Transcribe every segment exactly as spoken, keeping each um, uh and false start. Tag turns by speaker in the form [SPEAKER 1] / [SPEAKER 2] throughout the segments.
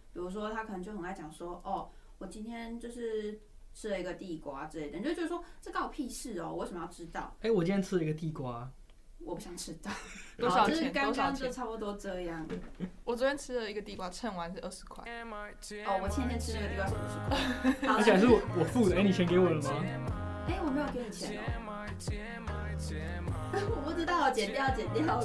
[SPEAKER 1] 比如说他可能就很爱讲说，哦，我今天就是吃了一个地瓜之类的，你就觉得说这关我屁事哦，我为什么要知道？
[SPEAKER 2] 哎、欸，我今天吃了一个地瓜，
[SPEAKER 1] 我不想吃到。
[SPEAKER 3] 多少钱？
[SPEAKER 1] 就是刚刚就差不多这样。
[SPEAKER 3] 我昨天吃了一个地瓜，称完是二十块。
[SPEAKER 1] 哦，我前天吃那个地瓜是五十块，
[SPEAKER 2] 而且还是我我付的。哎、欸，你钱给我了吗？
[SPEAKER 1] 哎、欸，我没有给你钱哦。我不知道，剪掉，剪掉。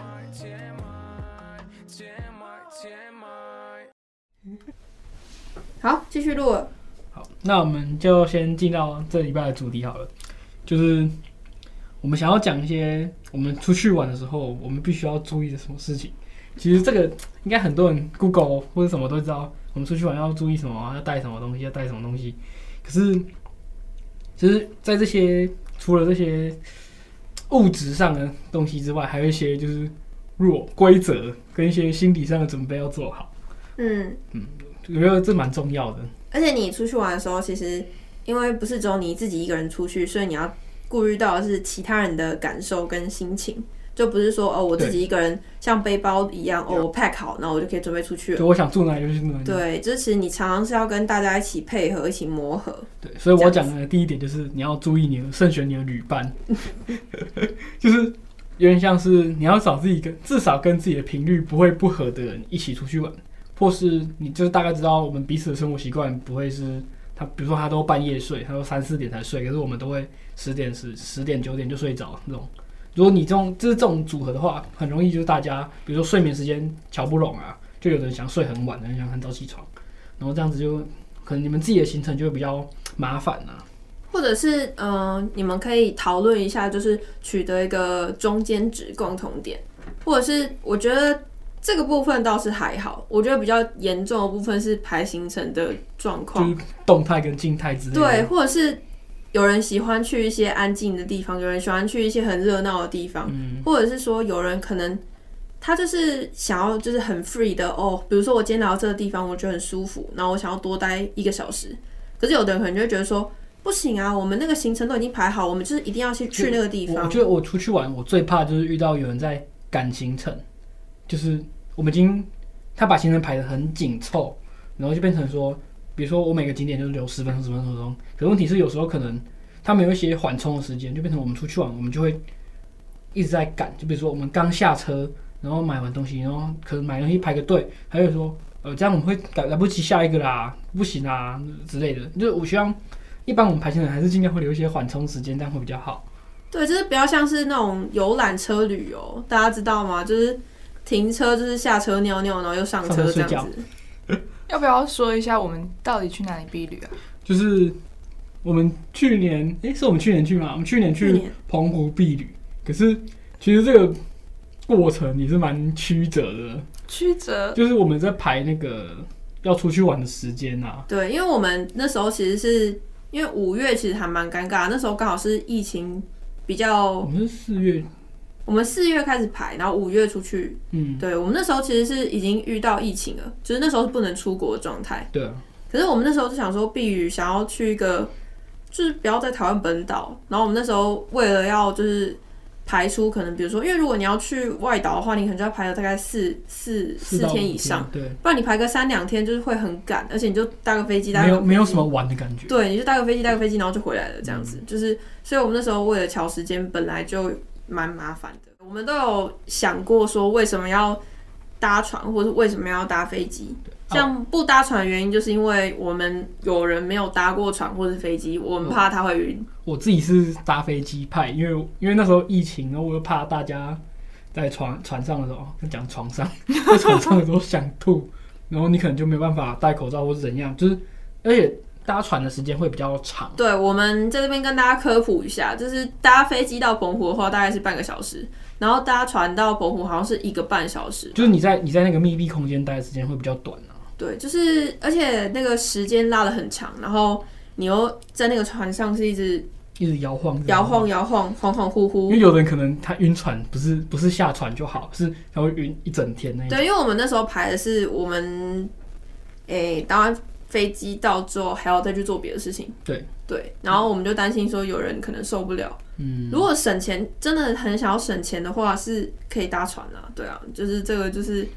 [SPEAKER 1] 好，继续录了。
[SPEAKER 2] 好，那我们就先进到这礼拜的主题好了，就是我们想要讲一些我们出去玩的时候，我们必须要注意的什么事情。其实这个应该很多人 Google 或者什么都知道，我们出去玩要注意什么，要带什么东西，要带什么东西。可是，其实，在这些除了这些物质上的东西之外，还有一些就是弱规则跟一些心理上的准备要做好。
[SPEAKER 1] 嗯
[SPEAKER 2] 嗯，我觉得这蛮重要的。
[SPEAKER 1] 而且你出去玩的时候，其实因为不是只有你自己一个人出去，所以你要顾虑到的是其他人的感受跟心情，就不是说哦我自己一个人像背包一样哦我 pack 好，然后我就可以准备出去了。
[SPEAKER 2] 对，我想住哪里就去哪里。
[SPEAKER 1] 对，就是其实你常常是要跟大家一起配合，一起磨合。
[SPEAKER 2] 对，所以我讲的第一点就是你要注意你的慎选你的旅伴，就是有点像是你要找自己跟至少跟自己的频率不会不合的人一起出去玩。或是你就是大概知道我们彼此的生活习惯不会是他，比如说他都半夜睡，他都三四点才睡，可是我们都会十点十十点九点就睡着那种。如果你这种就是这种组合的话，很容易就是大家比如说睡眠时间瞧不拢啊，就有人想睡很晚，有人想很早起床，然后这样子就可能你们自己的行程就会比较麻烦啊。
[SPEAKER 1] 或者是呃，你们可以讨论一下，就是取得一个中间值共同点，或者是我觉得。这个部分倒是还好，我觉得比较严重的部分是排行程的状况，
[SPEAKER 2] 就是动态跟静态之类的。
[SPEAKER 1] 对，或者是有人喜欢去一些安静的地方，有人喜欢去一些很热闹的地方，嗯、或者是说有人可能他就是想要就是很 free 的哦，比如说我今天来到这个地方，我觉得很舒服，然后我想要多待一个小时，可是有的人可能就会觉得说不行啊，我们那个行程都已经排好，我们就是一定要去去那个地方。
[SPEAKER 2] 我觉得我出去玩，我最怕就是遇到有人在赶行程。就是我们已经他把行程排得很紧凑，然后就变成说，比如说我每个景点就是留十分钟、十分钟，可是问题是有时候可能他们有一些缓冲的时间，就变成我们出去玩，我们就会一直在赶。就比如说我们刚下车，然后买完东西，然后可能买东西排个队，还有说呃这样我们会来不及下一个啦，不行啦之类的。就是我希望一般我们排行程还是尽量会留一些缓冲时间，这样会比较好。
[SPEAKER 1] 对，就是不要像是那种游览车旅游，大家知道吗？就是停车就是下车尿尿，然后又上车这样子。
[SPEAKER 3] 要不要说一下我们到底去哪里避旅啊？
[SPEAKER 2] 就是我们去年，哎、欸，是我们去年去吗？我们去年去澎湖避旅，可是其实这个过程也是蛮曲折的。
[SPEAKER 3] 曲折，
[SPEAKER 2] 就是我们在排那个要出去玩的时间啊。
[SPEAKER 1] 对，因为我们那时候其实是因为五月其实还蛮尴尬，那时候刚好是疫情比较。
[SPEAKER 2] 我们是四月。
[SPEAKER 1] 我们四月开始排，然后五月出去。嗯，对，我们那时候其实是已经遇到疫情了，就是那时候是不能出国的状态。
[SPEAKER 2] 对啊。
[SPEAKER 1] 可是我们那时候就想说，避旅想要去一个，就是不要在台湾本岛。然后我们那时候为了要就是排出可能，比如说，因为如果你要去外岛的话，你可能就要排了大概四四四天以上，
[SPEAKER 2] 对，
[SPEAKER 1] 不然你排个三两天就是会很赶，而且你就搭个飞机，搭个飞机
[SPEAKER 2] 没有没有什么玩的感觉。
[SPEAKER 1] 对，你就搭个飞机，搭个飞机，然后就回来了，这样子。嗯、就是，所以我们那时候为了调时间，本来就蛮麻烦的。我们都有想过说为什么要搭船，或者为什么要搭飞机。像不搭船的原因，就是因为我们有人没有搭过船或是飞机，我们怕他会晕。
[SPEAKER 2] 我自己是搭飞机派，因为因为那时候疫情，然后我又怕大家在船船上的时候，讲床上，在船上的时候想吐，然后你可能就没有办法戴口罩或是怎样，就是而且搭船的时间会比较长。
[SPEAKER 1] 对，我们在这边跟大家科普一下，就是搭飞机到澎湖的话，大概是半个小时。然后搭船到澎湖好像是一个半小时，
[SPEAKER 2] 就是你在你在那个密闭空间待的时间会比较短啊。
[SPEAKER 1] 对，就是而且那个时间拉得很长，然后你又在那个船上是一直
[SPEAKER 2] 一直摇晃
[SPEAKER 1] 摇晃摇晃恍恍惚惚。
[SPEAKER 2] 因为有人可能他晕船不是不是下船就好，是他会晕一整天那一种。
[SPEAKER 1] 对，因为我们那时候排的是我们诶搭完飞机到之后还要再去做别的事情。
[SPEAKER 2] 对
[SPEAKER 1] 对，然后我们就担心说有人可能受不了。嗯，如果省钱真的很想要省钱的话，是可以搭船啊。对啊，就是这个就是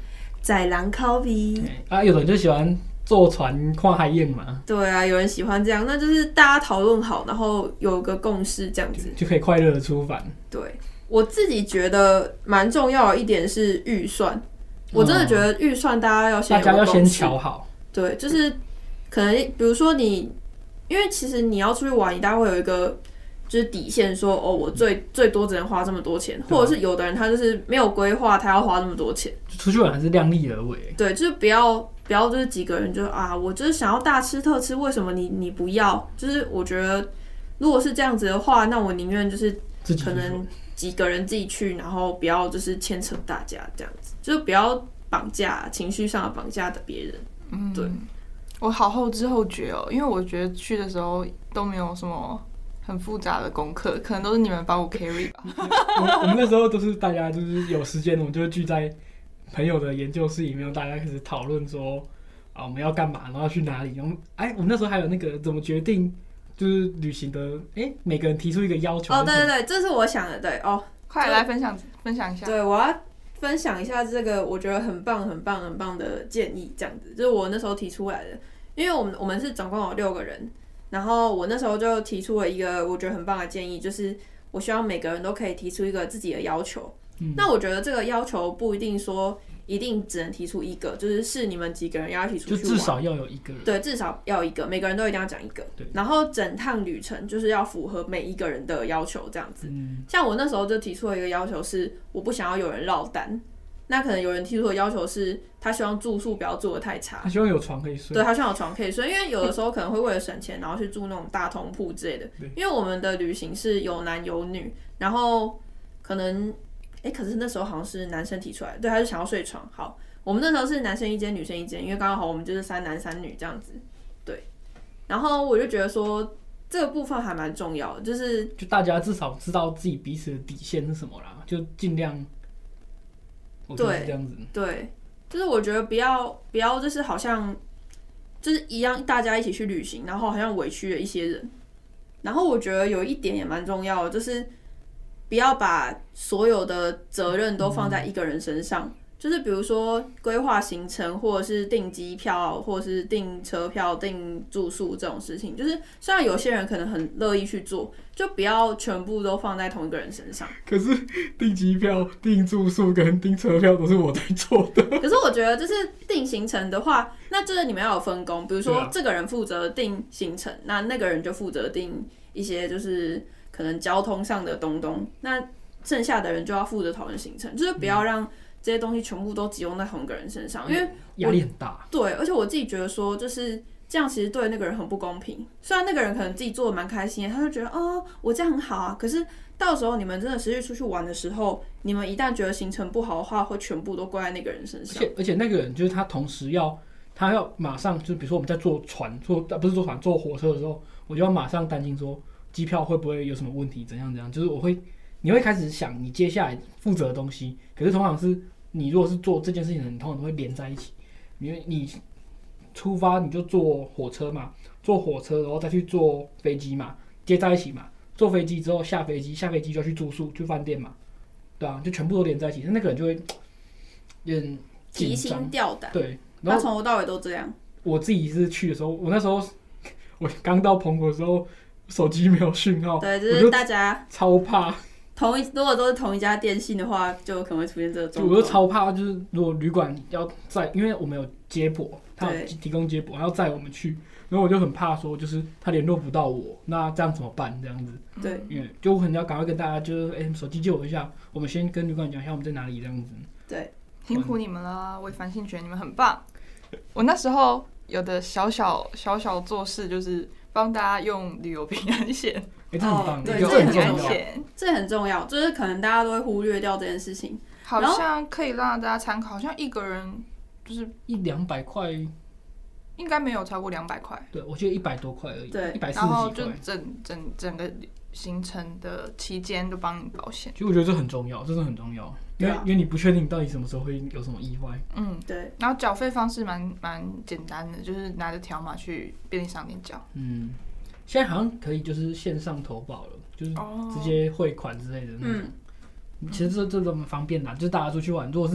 [SPEAKER 1] 在浪考比
[SPEAKER 2] 啊，有的人就喜欢坐船看海燕嘛。
[SPEAKER 1] 对啊，有人喜欢这样，那就是大家讨论好，然后有个共识这样子，
[SPEAKER 2] 就, 就可以快乐的出版。
[SPEAKER 1] 对，我自己觉得蛮重要的一点是预算，我真的觉得预算大家要先有个共识，
[SPEAKER 2] 大家要先瞧好。
[SPEAKER 1] 对，就是可能比如说你，因为其实你要出去玩，你大概会有一个就是底线说，哦，我最最多只能花这么多钱，或者是有的人他就是没有规划，他要花那么多钱。
[SPEAKER 2] 出去玩还是量力而为。
[SPEAKER 1] 对，就是不要不要就是几个人就啊，我就是想要大吃特吃，为什么你你不要？就是我觉得如果是这样子的话，那我宁愿就是可能几个人自己去，然后不要就是牵扯大家这样子，就是不要绑架情绪上的绑架的别人。嗯，对。
[SPEAKER 3] 我好后知后觉哦，因为我觉得去的时候都没有什么很复杂的功课，可能都是你们帮我 carry 吧。
[SPEAKER 2] 我, 我们那时候都是大家就是有时间，我们就会聚在朋友的研究室里面，大家开始讨论说啊我们要干嘛，然后要去哪里。然后哎，我们那时候还有那个怎么决定就是旅行的，哎，每个人提出一个要求。
[SPEAKER 1] 哦，对对对，这是我想的，对哦，
[SPEAKER 3] 快来分享分享一下。
[SPEAKER 1] 对，我要分享一下这个我觉得很棒很棒很棒的建议，这样子就是我那时候提出来的，因为我们我们是总共有六个人，然后我那时候就提出了一个我觉得很棒的建议，就是我希望每个人都可以提出一个自己的要求。嗯、那我觉得这个要求不一定说一定只能提出一个，就是是你们几个人要一起出去玩，
[SPEAKER 2] 就至少要有一个人，
[SPEAKER 1] 对，至少要一个，每个人都一定要讲一个。然后整趟旅程就是要符合每一个人的要求，这样子。嗯、像我那时候就提出了一个要求是，我不想要有人落单。那可能有人提出的要求是，他希望住宿不要住得太差，
[SPEAKER 2] 他希望有床可以睡。
[SPEAKER 1] 对，他希望有床可以睡，因为有的时候可能会为了省钱，然后去住那种大通铺之类的。因为我们的旅行是有男有女，然后可能，哎、欸，可是那时候好像是男生提出来的，对，他就想要睡床。好，我们那时候是男生一间，女生一间，因为刚刚好我们就是三男三女这样子，对。然后我就觉得说，这个部分还蛮重要的，就是
[SPEAKER 2] 就大家至少知道自己彼此的底线是什么啦，就尽量。我觉得是这样子。
[SPEAKER 1] 对，对，就是我觉得不要不要，就是好像就是一样，大家一起去旅行，然后好像委屈了一些人。然后我觉得有一点也蛮重要的，就是不要把所有的责任都放在一个人身上。嗯，就是比如说规划行程，或者是订机票，或者是订车票、订住宿这种事情，就是虽然有些人可能很乐意去做，就不要全部都放在同一个人身上。
[SPEAKER 2] 可是订机票、订住宿跟订车票都是我在做的。
[SPEAKER 1] 可是我觉得就是订行程的话，那就是你们要有分工，比如说这个人负责订行程，那那个人就负责订一些就是可能交通上的东东，那剩下的人就要负责讨论行程，就是不要让这些东西全部都集中在同一个人身上，因为
[SPEAKER 2] 压力很大。
[SPEAKER 1] 对，而且我自己觉得说，就是这样，其实对那个人很不公平。虽然那个人可能自己做的蛮开心的，他就觉得哦，我这样很好啊。可是到时候你们真的实际出去玩的时候，你们一旦觉得行程不好的话，会全部都怪在那个人身上。
[SPEAKER 2] 而且而且那个人就是他同时要，他要马上就是比如说我们在坐船坐不是坐船坐火车的时候，我就要马上担心说机票会不会有什么问题，怎样怎样。就是我会你会开始想你接下来负责的东西，可是通常是。你如果是做这件事情的，你通常都会连在一起，因为你出发你就坐火车嘛，坐火车然后再去坐飞机嘛，接在一起嘛。坐飞机之后下飞机，下飞机就要去住宿去饭店嘛，对啊，就全部都连在一起，那那个人就会有点
[SPEAKER 1] 提心吊胆。
[SPEAKER 2] 对，
[SPEAKER 1] 他从头到尾都这样。
[SPEAKER 2] 我自己是去的时候，我那时候我刚到澎湖的时候，手机没有讯号，
[SPEAKER 1] 对，就是大家
[SPEAKER 2] 超怕。
[SPEAKER 1] 同一如果都是同一家电信的话，就可能会出现这个状况。
[SPEAKER 2] 我就超怕，就是如果旅馆要载，因为我们有接驳，他有提供接驳，要载我们去，然后我就很怕说，就是他联络不到我，那这样怎么办？这样子，
[SPEAKER 1] 对，
[SPEAKER 2] 因为就可能要赶快跟大家，就是哎，手机借我一下，我们先跟旅馆讲一下我们在哪里，这样子。
[SPEAKER 1] 对，
[SPEAKER 3] 辛苦你们了，违反性权，你们很棒。我那时候有的小小小小做事，就是帮大家用旅游平安险。
[SPEAKER 2] 欸、这很棒，
[SPEAKER 1] 哦、对，
[SPEAKER 2] 这
[SPEAKER 1] 很
[SPEAKER 2] 重要，
[SPEAKER 1] 这很重要，就是可能大家都会忽略掉这件事情。
[SPEAKER 3] 好像可以让大家参考，好像一个人就是
[SPEAKER 2] 一两百块，
[SPEAKER 3] 应该没有超过两百块。
[SPEAKER 2] 对，我记得一百多块而已，
[SPEAKER 1] 对，
[SPEAKER 2] 一百四十几块。
[SPEAKER 3] 然后就整整整个行程的期间都帮你保险。
[SPEAKER 2] 其实我觉得这很重要，这是很重要，因为、啊、因为你不确定到底什么时候会有什么意外。
[SPEAKER 3] 嗯，
[SPEAKER 1] 对。
[SPEAKER 3] 然后缴费方式蛮蛮简单的，就是拿着条码去便利商店缴。
[SPEAKER 2] 嗯。现在好像可以就是线上投保了，就是直接汇款之类的那种。嗯、其实这这都蛮方便的，就是大家出去玩，如果是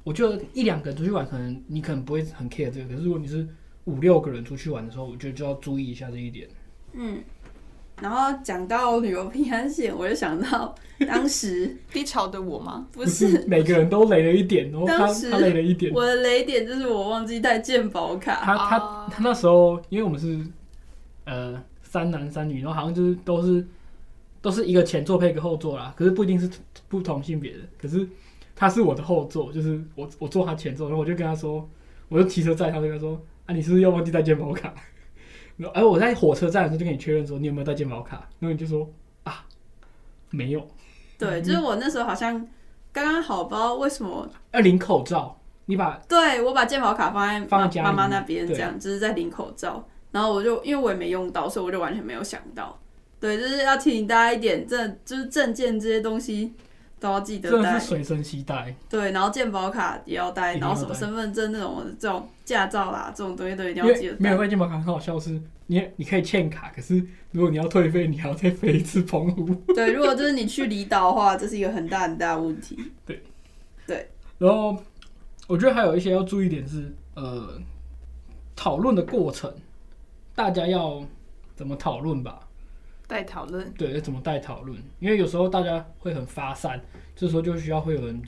[SPEAKER 2] 我觉得一两个人出去玩，可能你可能不会很 care 这个，可是如果你是五六个人出去玩的时候，我觉得就要注意一下这一点。
[SPEAKER 1] 嗯，然后讲到旅游平安险，我就想到当时
[SPEAKER 3] 低潮的我吗？
[SPEAKER 1] 不是
[SPEAKER 2] 每个人都雷了一点，然后他他雷了一点。
[SPEAKER 1] 我的雷点就是我忘记带健保卡。
[SPEAKER 2] 他他他那时候，因为我们是呃三男三女，然后好像就是都是都是一个前座配一个后座啦，可是不一定是不同性别的，可是。他是我的后座，就是我我坐他前座，然后我就跟他说，我就骑车载他，就跟他说啊，你是不是要忘记带健保卡？然后哎，我在火车站的时候就跟你确认说你有没有带健保卡，然后你就说啊没有。
[SPEAKER 1] 对，就是我那时候好像刚刚好，不知道为什么
[SPEAKER 2] 要领口罩，你把
[SPEAKER 1] 对我把健保卡放在
[SPEAKER 2] 放在
[SPEAKER 1] 妈妈那边，这样就是在领口罩，然后我就因为我也没用到，所以我就完全没有想到。对，就是要提醒大家一点，这就是证件这些东西。都要记得带，
[SPEAKER 2] 真的是随身携带。
[SPEAKER 1] 对，然后健保卡也要带，然后什么身份证那种这种驾照啦，这种东西都一定要记得带。
[SPEAKER 2] 没有带健保卡很好笑是，你你可以欠卡，可是如果你要退费，你还要再飞一次澎湖。
[SPEAKER 1] 对，如果就是你去离岛的话，这是一个很大很大的问题。
[SPEAKER 2] 对，
[SPEAKER 1] 对。
[SPEAKER 2] 然后我觉得还有一些要注意点是，呃，讨论的过程，大家要怎么讨论吧。
[SPEAKER 3] 带讨论，
[SPEAKER 2] 对，怎么带讨论？因为有时候大家会很发散，这时候就需要会有人就是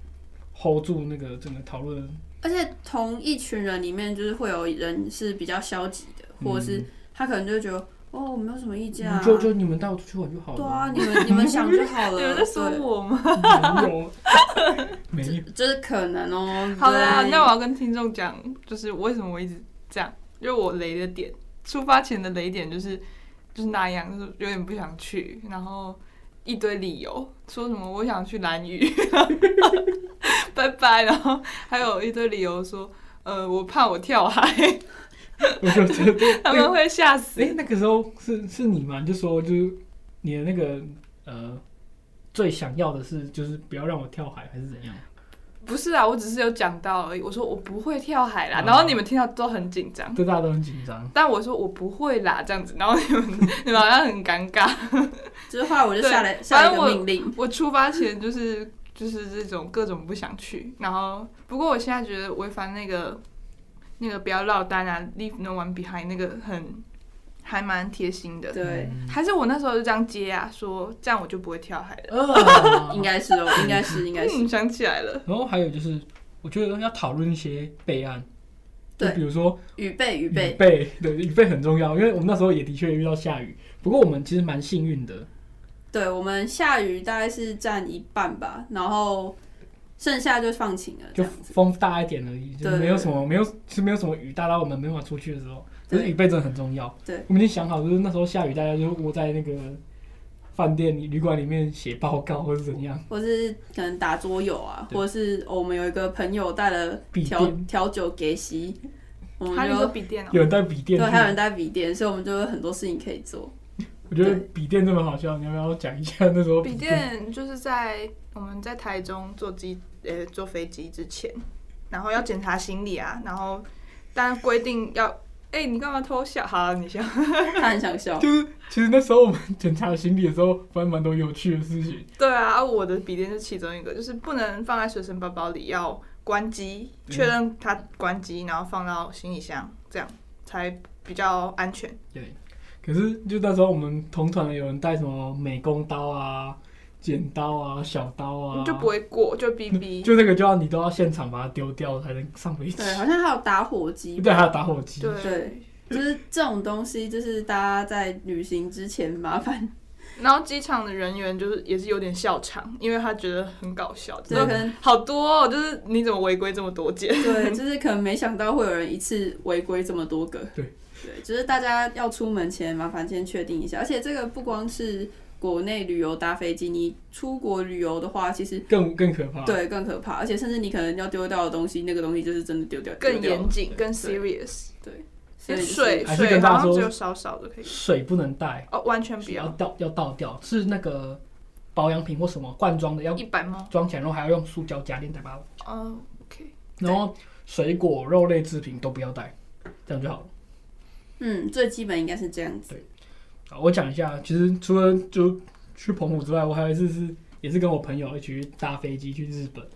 [SPEAKER 2] hold 住那个整个讨论。
[SPEAKER 1] 而且同一群人里面，就是会有人是比较消极的，嗯、或者是他可能就会觉得哦，我没有什么意见啊，
[SPEAKER 2] 就就你们带我出去玩就好了。
[SPEAKER 1] 对啊，你们你们想就好了。
[SPEAKER 3] 你们在说我吗？
[SPEAKER 2] 没有，没有，
[SPEAKER 1] 就是可能哦。
[SPEAKER 3] 好啦，那我要跟听众讲，就是为什么我一直这样，因为我雷的点，出发前的雷点就是。就是那样，就是有点不想去，然后一堆理由，说什么我想去兰屿，拜拜，然后还有一堆理由说，呃，我怕我跳海，
[SPEAKER 2] 我就觉得
[SPEAKER 3] 他们会吓死。
[SPEAKER 2] 哎、欸，那个时候是是你吗？你就说就是你的那个呃最想要的是就是不要让我跳海还是怎样？
[SPEAKER 3] 不是啊，我只是有讲到而已。我说我不会跳海啦，啊、然后你们听到都很紧张，
[SPEAKER 2] 对，大家都很紧张。
[SPEAKER 3] 但我说我不会啦，这样子，然后你们你们好像很尴尬。
[SPEAKER 1] 就是后来我就下了下了一个命令。
[SPEAKER 3] 我, 我出发前就是就是这种各种不想去，然后不过我现在觉得违反那个那个不要落单啊 ，leave no one behind 那个很还蛮贴心的。
[SPEAKER 1] 对，
[SPEAKER 3] 还是我那时候就这样接啊，说这样我就不会跳海了。
[SPEAKER 2] 呃、
[SPEAKER 1] 应该是哦，应该是应该是。
[SPEAKER 3] 嗯，想起来了。
[SPEAKER 2] 然后还有就是，我觉得要讨论一些备案，
[SPEAKER 1] 对，
[SPEAKER 2] 比如说
[SPEAKER 1] 雨备雨备
[SPEAKER 2] 雨备，对，雨备很重要，因为我们那时候也的确遇到下雨，不过我们其实蛮幸运的。
[SPEAKER 1] 对，我们下雨大概是占一半吧，然后剩下就放晴了，
[SPEAKER 2] 就风大一点而已，就没有什么没有是没有什么雨大到我们没办法出去的时候。可是雨备真的很重要。
[SPEAKER 1] 对，
[SPEAKER 2] 我们已经想好，就是那时候下雨，大家就窝在那个饭店旅馆里面写报告，或是怎样，
[SPEAKER 1] 或是可能打桌游啊，或者是、哦、我们有一个朋友带了调调酒给席，我们就
[SPEAKER 3] 笔电、哦、
[SPEAKER 2] 有人带笔电，
[SPEAKER 1] 对，还有人带笔电，所以我们就有很多事情可以做。
[SPEAKER 2] 我觉得笔电这么好笑，你要不要讲一下那时候
[SPEAKER 3] 笔电？就是在我们在台中坐机呃坐飞机之前，然后要检查行李啊，然后当然规定要。哎、欸，你干嘛偷笑？好，你笑。
[SPEAKER 1] 他很想笑。
[SPEAKER 2] 就是其实那时候我们检查行李的时候，发现蛮多有趣的事情。
[SPEAKER 3] 对啊，我的笔电是其中一个，就是不能放在随身包包里，要关机，确认它关机，然后放到行李箱，这样才比较安全。
[SPEAKER 2] 对。可是就那时候我们同团的有人带什么美工刀啊、剪刀啊、小刀啊，
[SPEAKER 3] 就不会过，就逼逼。
[SPEAKER 2] 就那个就要你都要现场把它丢掉才能上飞机。
[SPEAKER 1] 对，好像还有打火机。
[SPEAKER 2] 对，还有打火机。
[SPEAKER 3] 对，
[SPEAKER 1] 对，就是这种东西，就是大家在旅行之前麻烦。
[SPEAKER 3] 然后机场的人员就是也是有点笑场，因为他觉得很搞笑，
[SPEAKER 1] 对，可能
[SPEAKER 3] 好多哦，就是你怎么违规这么多件？
[SPEAKER 1] 对，就是可能没想到会有人一次违规这么多个。
[SPEAKER 2] 对，
[SPEAKER 1] 对，就是大家要出门前麻烦先确定一下，而且这个不光是国内旅游搭飞机，你出国旅游的话，其实
[SPEAKER 2] 更更可怕。
[SPEAKER 1] 对，更可怕，而且甚至你可能要丢掉的东西，那个东西就是真的丢掉，
[SPEAKER 3] 更严谨、更 serious。
[SPEAKER 1] 对。
[SPEAKER 3] 水
[SPEAKER 2] 还是跟大家说，
[SPEAKER 3] 只有少少的可以。
[SPEAKER 2] 水不能带
[SPEAKER 3] 哦，完全不要，
[SPEAKER 2] 要倒要倒掉。是那个保养品或什么罐装的要
[SPEAKER 3] 一般吗？
[SPEAKER 2] 装起来，然后还要用塑胶夹链再把
[SPEAKER 3] 它。哦 ，OK。
[SPEAKER 2] 然后水果、肉类制品都不要带，这样就好了。
[SPEAKER 1] 嗯，最基本应该是这样子。
[SPEAKER 2] 对，好，我讲一下，其实除了就去澎湖之外，我还有一次是也是跟我朋友一起去搭飞机去日本，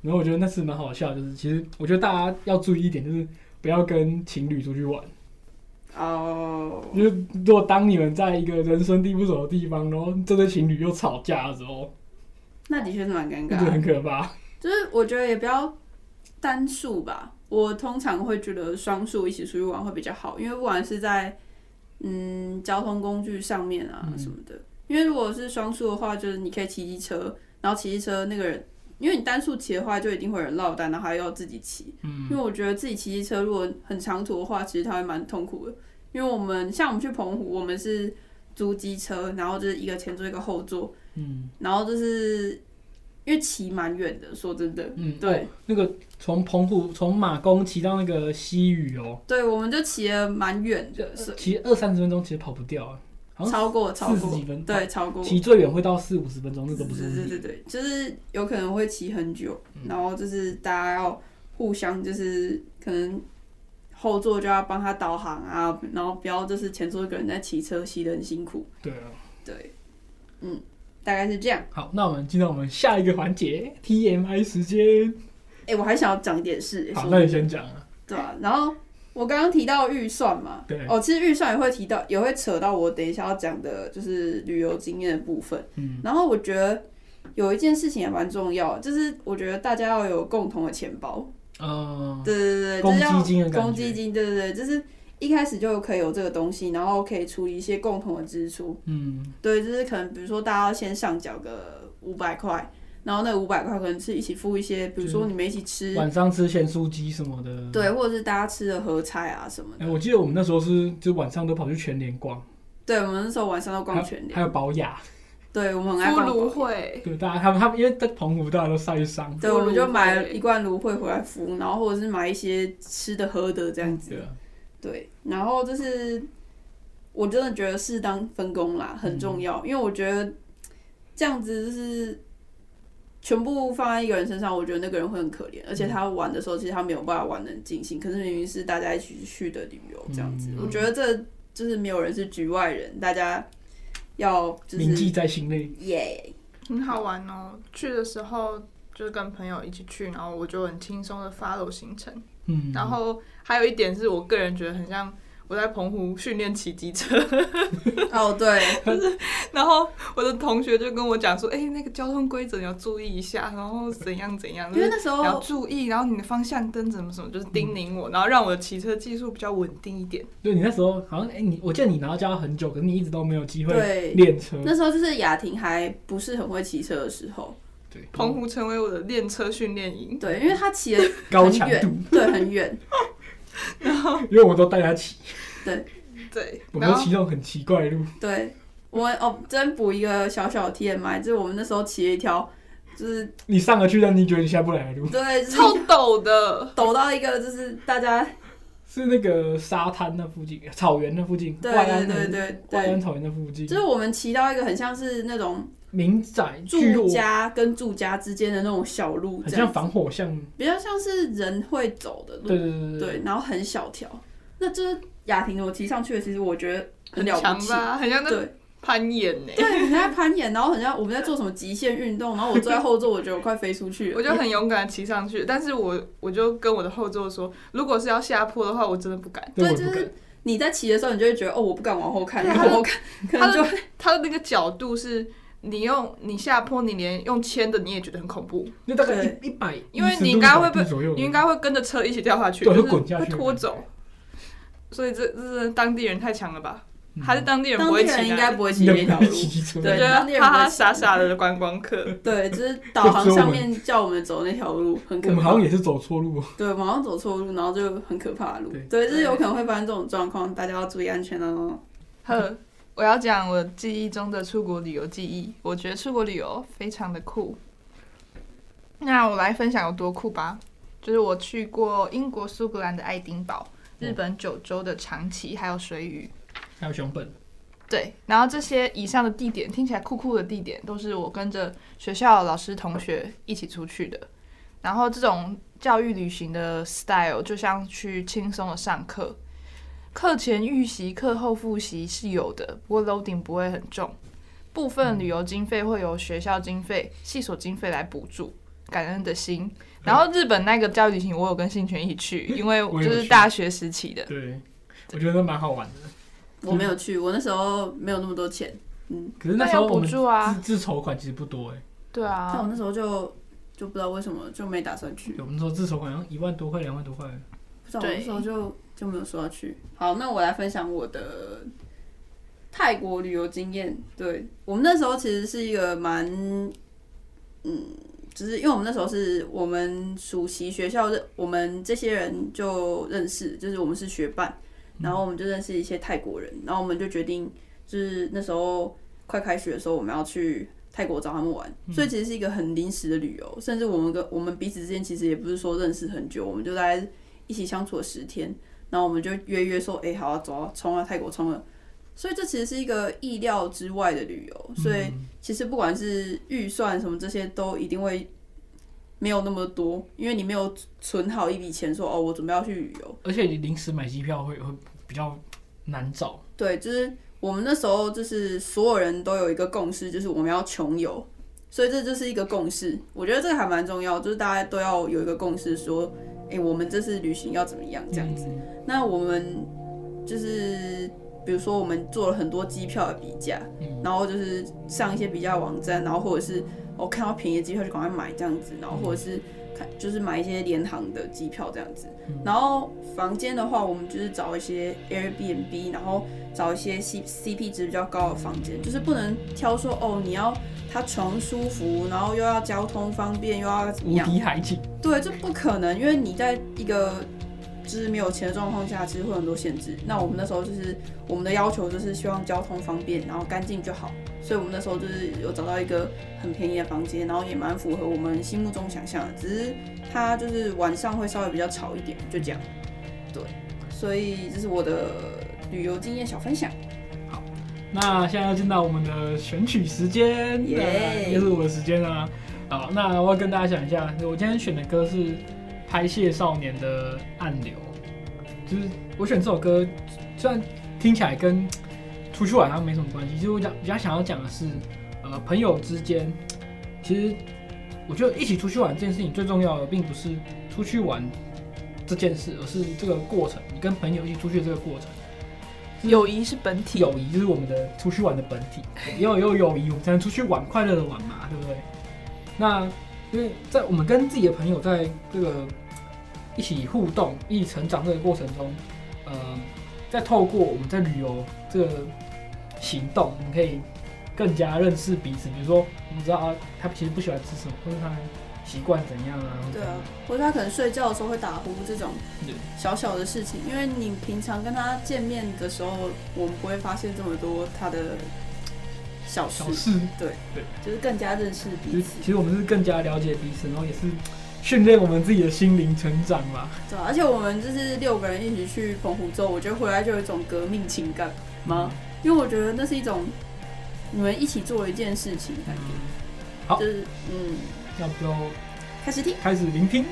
[SPEAKER 2] 然后我觉得那次蛮好笑，就是其实我觉得大家要注意一点，就是不要跟情侣出去玩。
[SPEAKER 1] 哦、oh.
[SPEAKER 2] 就是如果当你们在一个人生地不熟的地方，然后这对情侣又吵架的时候，
[SPEAKER 1] 那的确是蛮尴尬的，
[SPEAKER 2] 就很可怕。
[SPEAKER 1] 就是我觉得也不要单数吧，我通常会觉得双数一起出去玩会比较好，因为不管是在嗯交通工具上面啊什么的，嗯、因为如果是双数的话，就是你可以骑机车，然后骑机车那个人。因为你单数骑的话，就一定会有人落单，然后还要自己骑。嗯，因为我觉得自己骑机车如果很长途的话，其实它会蛮痛苦的。因为我们像我们去澎湖，我们是租机车，然后就是一个前座一个后座。嗯，然后就是因为骑蛮远的，说真的。嗯，对。哦、
[SPEAKER 2] 那个从澎湖从马公骑到那个西屿哦。
[SPEAKER 1] 对，我们就骑了蛮远的，
[SPEAKER 2] 骑二三十分钟其实跑不掉啊。
[SPEAKER 1] 超过超过
[SPEAKER 2] 四十几分，
[SPEAKER 1] 对，超过
[SPEAKER 2] 骑最远会到四五十分钟，那都不是问题。
[SPEAKER 1] 对对对，就是有可能会骑很久，嗯、然后就是大家要互相就是可能后座就要帮他导航啊，然后不要就是前座一个人在骑车，骑得很辛苦。
[SPEAKER 2] 对啊，
[SPEAKER 1] 对，嗯，大概是这样。
[SPEAKER 2] 好，那我们进到我们下一个环节 T M I 时间。
[SPEAKER 1] 哎、欸，我还想要讲一点事。
[SPEAKER 2] 好，那你先讲啊。
[SPEAKER 1] 对啊，然后。我刚刚提到预算嘛，对，哦，其实预算也会提到，也会扯到我等一下要讲的，就是旅游经验的部分。嗯，然后我觉得有一件事情也蛮重要的，就是我觉得大家要有共同的钱包。哦，对对对，
[SPEAKER 2] 公积金的
[SPEAKER 1] 感觉，公积金，对对对，就是一开始就可以有这个东西，然后可以处理一些共同的支出。嗯，对，就是可能比如说大家要先上缴个五百块。然后那五百块可能是一起付一些，比如说你们一起吃
[SPEAKER 2] 晚上吃咸酥鸡什么的，
[SPEAKER 1] 对，或者是大家吃的合菜啊什么的。
[SPEAKER 2] 欸、我记得我们那时候是就晚上都跑去全联逛，
[SPEAKER 1] 对，我们那时候晚上都逛全联，
[SPEAKER 2] 还有宝雅，
[SPEAKER 1] 对，我们很爱逛
[SPEAKER 3] 芦荟，
[SPEAKER 2] 对，大家他们他们因为在澎湖大家都晒伤，
[SPEAKER 1] 对，我们就买了一罐芦荟回来敷，然后或者是买一些吃的喝的这样子，嗯、对，对，然后就是我真的觉得适当分工啦很重要，嗯、因为我觉得这样子就是。全部放在一个人身上，我觉得那个人会很可怜，而且他玩的时候，其实他没有办法玩得很尽兴。可是明明是大家一起去的旅游，这样子，嗯、我觉得这就是没有人是局外人，大家要就是
[SPEAKER 2] 铭记在心内。
[SPEAKER 1] 耶，
[SPEAKER 3] yeah 很好玩哦！去的时候就是跟朋友一起去，然后我就很轻松的 follow 行程。嗯，然后还有一点是我个人觉得很像。我在澎湖训练骑机车，
[SPEAKER 1] 哦对，
[SPEAKER 3] 就是然后我的同学就跟我讲说，哎、欸，那个交通规则你要注意一下，然后怎样怎样，
[SPEAKER 1] 因为那时候
[SPEAKER 3] 你要注意，然后你的方向灯怎么什么，就是叮咛我，嗯、然后让我的骑车技术比较稳定一点。
[SPEAKER 2] 对，你那时候好像，哎、欸，你我记得你拿到驾照很久，可是你一直都没有机会练车。
[SPEAKER 1] 那时候就是雅婷还不是很会骑车的时候。
[SPEAKER 2] 对，
[SPEAKER 3] 澎湖成为我的练车训练营。
[SPEAKER 1] 对，因为他骑的
[SPEAKER 2] 高强度，
[SPEAKER 1] 对，很远。
[SPEAKER 3] 然后，
[SPEAKER 2] 因为我都带他骑。
[SPEAKER 1] 对。
[SPEAKER 3] 对，
[SPEAKER 2] 我们都骑那种很奇怪的路。
[SPEAKER 1] 对，我哦，真补一个小小的 T M I， 就是我们那时候骑了一条，就是
[SPEAKER 2] 你上了去，但你觉得你下不来的路。
[SPEAKER 1] 对，
[SPEAKER 3] 超陡的，
[SPEAKER 1] 陡到一个就是大家
[SPEAKER 2] 是那个沙滩那附近，草原那附近，
[SPEAKER 1] 对对对对，
[SPEAKER 2] 外安草原那附近，
[SPEAKER 1] 就是我们骑到一个很像是那种
[SPEAKER 2] 民宅
[SPEAKER 1] 住家跟住家之间的那种小路，
[SPEAKER 2] 很像防火巷，
[SPEAKER 1] 比较像是人会走的路，
[SPEAKER 2] 对对对 对,
[SPEAKER 1] 对，然后很小条，那就是。雅婷的我骑上去的，其实我觉得很了不起，
[SPEAKER 3] 吧，很像在攀岩呢、欸。
[SPEAKER 1] 对，很像在攀岩，然后很像我们在做什么极限运动，然后我坐在后座，我觉得我快飞出去了。
[SPEAKER 3] 我就很勇敢的骑上去，但是我我就跟我的后座说，如果是要下坡的话，我真的不敢。
[SPEAKER 1] 对，就是你在骑的时候，你就会觉得哦，我不敢往后看，然后我看，可能就
[SPEAKER 3] 它的那个角度是。你用你下坡，你连用牵的你也觉得很恐怖，
[SPEAKER 2] 就大概一百，
[SPEAKER 3] 因为你应该会被，你应该会跟着车一起掉下去，
[SPEAKER 2] 对，
[SPEAKER 3] 会
[SPEAKER 2] 滚下去，
[SPEAKER 3] 会拖走。所以这这是当地人太强了吧？嗯、还是当地人不会骑？
[SPEAKER 1] 当地人应该不会骑那条路，
[SPEAKER 3] 对，就是哈哈傻傻的观光客。
[SPEAKER 1] 对，就是导航上面叫我们走那条路，很可怕。
[SPEAKER 2] 我们好像也是走错路。
[SPEAKER 1] 对，我们好像走错路，然后就很可怕的路。对，对就是有可能会发生这种状况，大家要注意安全哦。
[SPEAKER 3] 呵。我要讲我记忆中的出国旅游记忆，我觉得出国旅游非常的酷。那我来分享有多酷吧，就是我去过英国苏格兰的爱丁堡、日本九州的长崎，还有水俣，
[SPEAKER 2] 还有熊本。
[SPEAKER 3] 对，然后这些以上的地点听起来酷酷的地点，都是我跟着学校老师同学一起出去的。然后这种教育旅行的 style 就像去轻松的上课。课前预习、课后复习是有的，不过 loading 不会很重。部分旅游经费会由学校经费、系所经费来补助，感恩的心。 然后日本那个教育旅行，我有跟信全一起去，因为就是大学时期的。
[SPEAKER 2] 对，我觉得蛮好玩的。
[SPEAKER 1] 我没有去，我那时候没有那么多钱。嗯，
[SPEAKER 2] 可是那时候我们自、
[SPEAKER 3] 啊、
[SPEAKER 2] 自筹款其实不多哎。
[SPEAKER 3] 对啊，
[SPEAKER 1] 但我那时候就就不知道为什么就没打算去。
[SPEAKER 2] 我们说自筹款好像一万多块、两万多块。
[SPEAKER 1] 不知道，我那时候就就没有说要去。好，那我来分享我的泰国旅游经验。对，我们那时候其实是一个蛮，嗯，就是因为我们那时候是我们暑期学校认，我们这些人就认识，就是我们是学伴，然后我们就认识一些泰国人，然后我们就决定，就是那时候快开学的时候，我们要去泰国找他们玩，所以其实是一个很临时的旅游，甚至我们跟我们彼此之间其实也不是说认识很久，我们就大概一起相处了十天，然后我们就约约说，哎、欸，好、啊，走啊，冲啊，泰国冲了。所以这其实是一个意料之外的旅游，所以其实不管是预算什么这些都一定会没有那么多，因为你没有存好一笔钱说哦，我准备要去旅游，
[SPEAKER 2] 而且你临时买机票会会比较难找。
[SPEAKER 1] 对，就是我们那时候就是所有人都有一个共识，就是我们要穷游，所以这就是一个共识。我觉得这个还蛮重要，就是大家都要有一个共识，说，哎、欸，我们这次旅行要怎么样这样子。嗯、那我们就是。比如说，我们做了很多机票的比价，然后就是上一些比价网站，然后或者是我、哦、看到便宜的机票就赶快买这样子，然后或者是看就是买一些联航的机票这样子。然后房间的话，我们就是找一些 Airbnb， 然后找一些 C P 值比较高的房间，就是不能挑说哦，你要它床舒服，然后又要交通方便，又要怎么样？
[SPEAKER 2] 无敌海景。
[SPEAKER 1] 对，这不可能，因为你在一个就是没有钱的状况下，其实会有很多限制。那我们那时候就是我们的要求就是希望交通方便，然后干净就好。所以我们那时候就是有找到一个很便宜的房间，然后也蛮符合我们心目中想象的。只是它就是晚上会稍微比较吵一点，就这样。对，所以这是我的旅游经验小分享。
[SPEAKER 2] 好，那现在要进到我们的选曲时间，耶，也是我的时间啦。好，那我要跟大家讲一下，我今天选的歌是拍谢少年的《暗流》，就是我选这首歌，虽然听起来跟出去玩好像没什么关系，其实我讲比较想要讲的是，呃，朋友之间，其实我觉得一起出去玩这件事情最重要的，并不是出去玩这件事，而是这个过程，你跟朋友一起出去的这个过程。
[SPEAKER 3] 友谊是本体，
[SPEAKER 2] 友谊就是我们的出去玩的本体，要有友谊，我们才能出去玩，快乐的玩嘛，对不对？那因为在我们跟自己的朋友在这个一起互动、一起成长这个过程中，呃，在透过我们在旅游这个行动，我们可以更加认识彼此。比如说，我们知道啊，他其实不喜欢吃什么，或者他习惯怎样啊？
[SPEAKER 1] 对啊，或者他可能睡觉的时候会打呼这种小小的事情，因为你平常跟他见面的时候，我们不会发现这么多他的小事。
[SPEAKER 2] 小事，
[SPEAKER 1] 对对，就是更加认识彼此。
[SPEAKER 2] 其实我们是更加了解彼此，然后也是训练我们自己的心灵成长嘛。
[SPEAKER 1] 对、啊，而且我们就是六个人一起去澎湖之后，我觉得回来就有一种革命情感吗？嗯、因为我觉得那是一种你们一起做了一件事情的感觉。
[SPEAKER 2] 嗯、好，
[SPEAKER 1] 就是嗯。
[SPEAKER 2] 要不就
[SPEAKER 1] 开始听，
[SPEAKER 2] 开始聆听。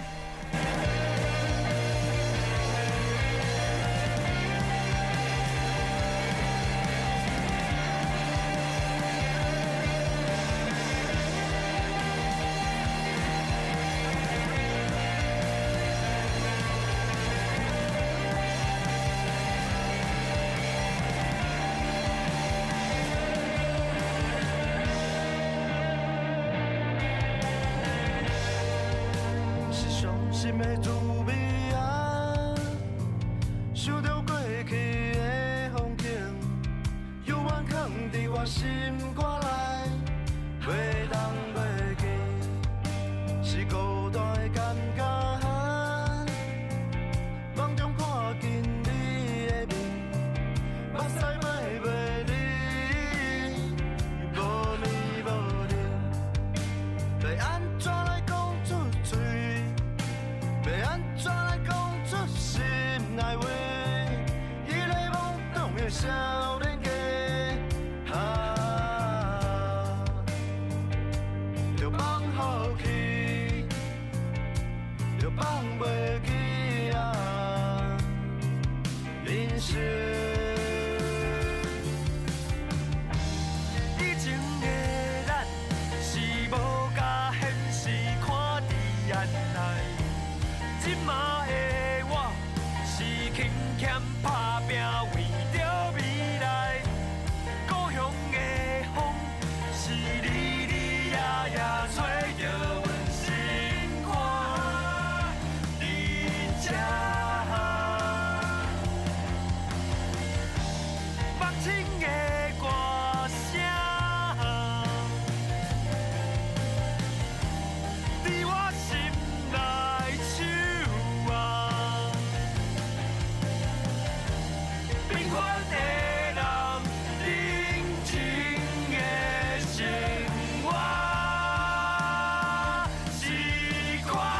[SPEAKER 4] 心的滋味啊，想着过去的风景，犹原藏伫我心肝内，袂当袂记，是孤单的感觉。梦中看见你的面，目屎卖袂离，无眠无宁，要安怎来讲出嘴？要安怎来讲出心内话？迄个懵懂的少年家，啊，就放予去，就放袂记啊，人生。以前的咱是无甲现实看伫眼。 打拼，为着未来。故乡的风，是日日夜夜吹着阮心肝。伫这，目青的歌声，伫我心内唱啊。平凡的人，认真的生活是看。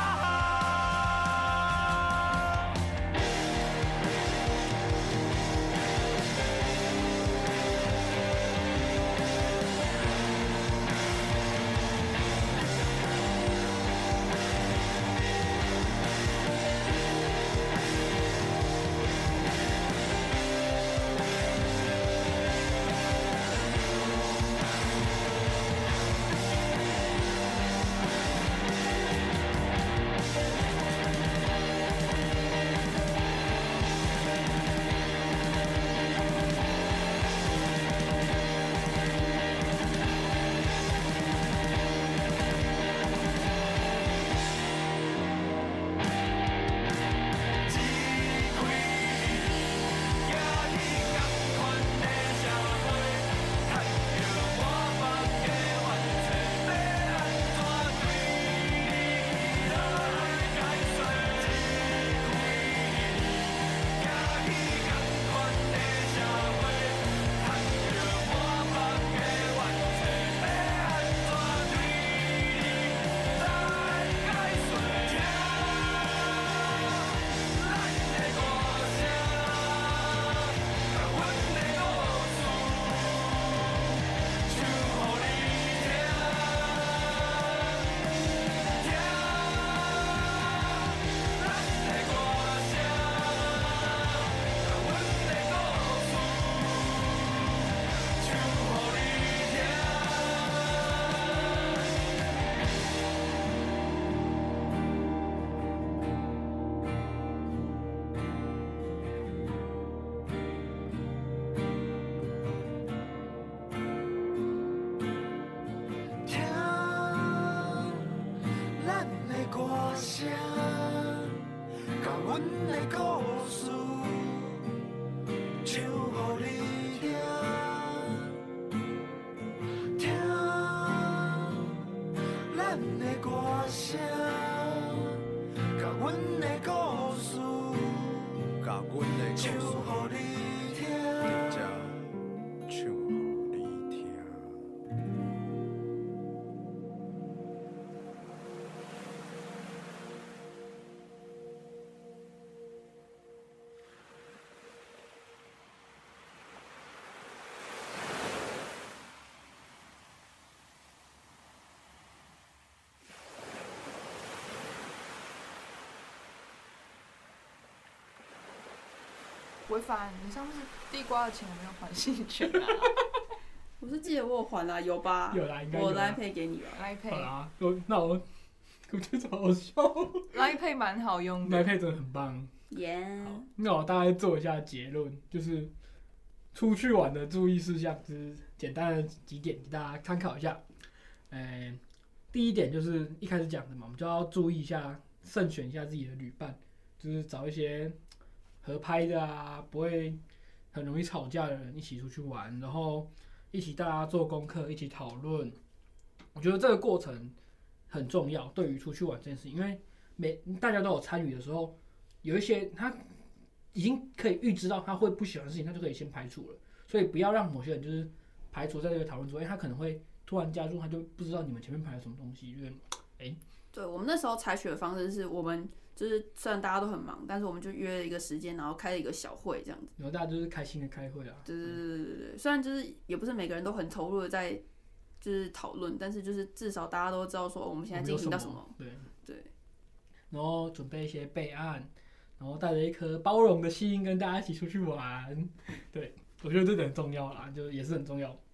[SPEAKER 3] 违反你上次地瓜的钱有没有还信权啊？
[SPEAKER 1] 我是记得我有还啊，有吧？
[SPEAKER 2] 有啦，应该有啦。
[SPEAKER 1] 我来配给你吧。
[SPEAKER 3] 来配。
[SPEAKER 2] 好啦，我那我我觉得好笑。
[SPEAKER 3] 来配蛮好用的。
[SPEAKER 2] 来配真的很棒。
[SPEAKER 1] 耶、
[SPEAKER 2] yeah. 好，那我大概做一下结论，就是出去玩的注意事项，就是简单的几点给大家参考一下。呃，第一点就是一开始讲的嘛，我们就要注意一下，慎选一下自己的旅伴，就是找一些合拍的啊，不会很容易吵架的人一起出去玩，然后一起大家做功课，一起讨论。我觉得这个过程很重要，对于出去玩这件事情，因为每大家都有参与的时候，有一些他已经可以预知到他会不喜欢的事情，他就可以先排除了。所以不要让某些人就是排除在这个讨论中，因为他可能会突然加入，他就不知道你们前面排了什么东西，就是哎。欸
[SPEAKER 1] 对，我们那时候采取的方式是我们就是虽然大家都很忙，但是我们就约了一个时间，然后开了一个小会这样子。
[SPEAKER 2] 然后大家就是开心的开会啊。
[SPEAKER 1] 对对对对对对，虽然就是也不是每个人都很投入的在就是讨论，但是就是至少大家都知道说我们现在进行到什么。
[SPEAKER 2] 对
[SPEAKER 1] 对。
[SPEAKER 2] 然后准备一些备案，然后带着一颗包容的心跟大家一起出去玩。对，我觉得这点很重要啦，就也是很重要。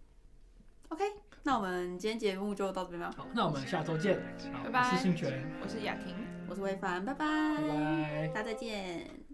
[SPEAKER 1] OK， 那我们今天节目就到这边吧。
[SPEAKER 2] 好，那我们下周见。
[SPEAKER 3] 拜拜。
[SPEAKER 2] 我是信全，
[SPEAKER 3] 我是雅婷，
[SPEAKER 1] 我是魏凡，拜拜。
[SPEAKER 2] 拜拜，
[SPEAKER 1] 大家再见。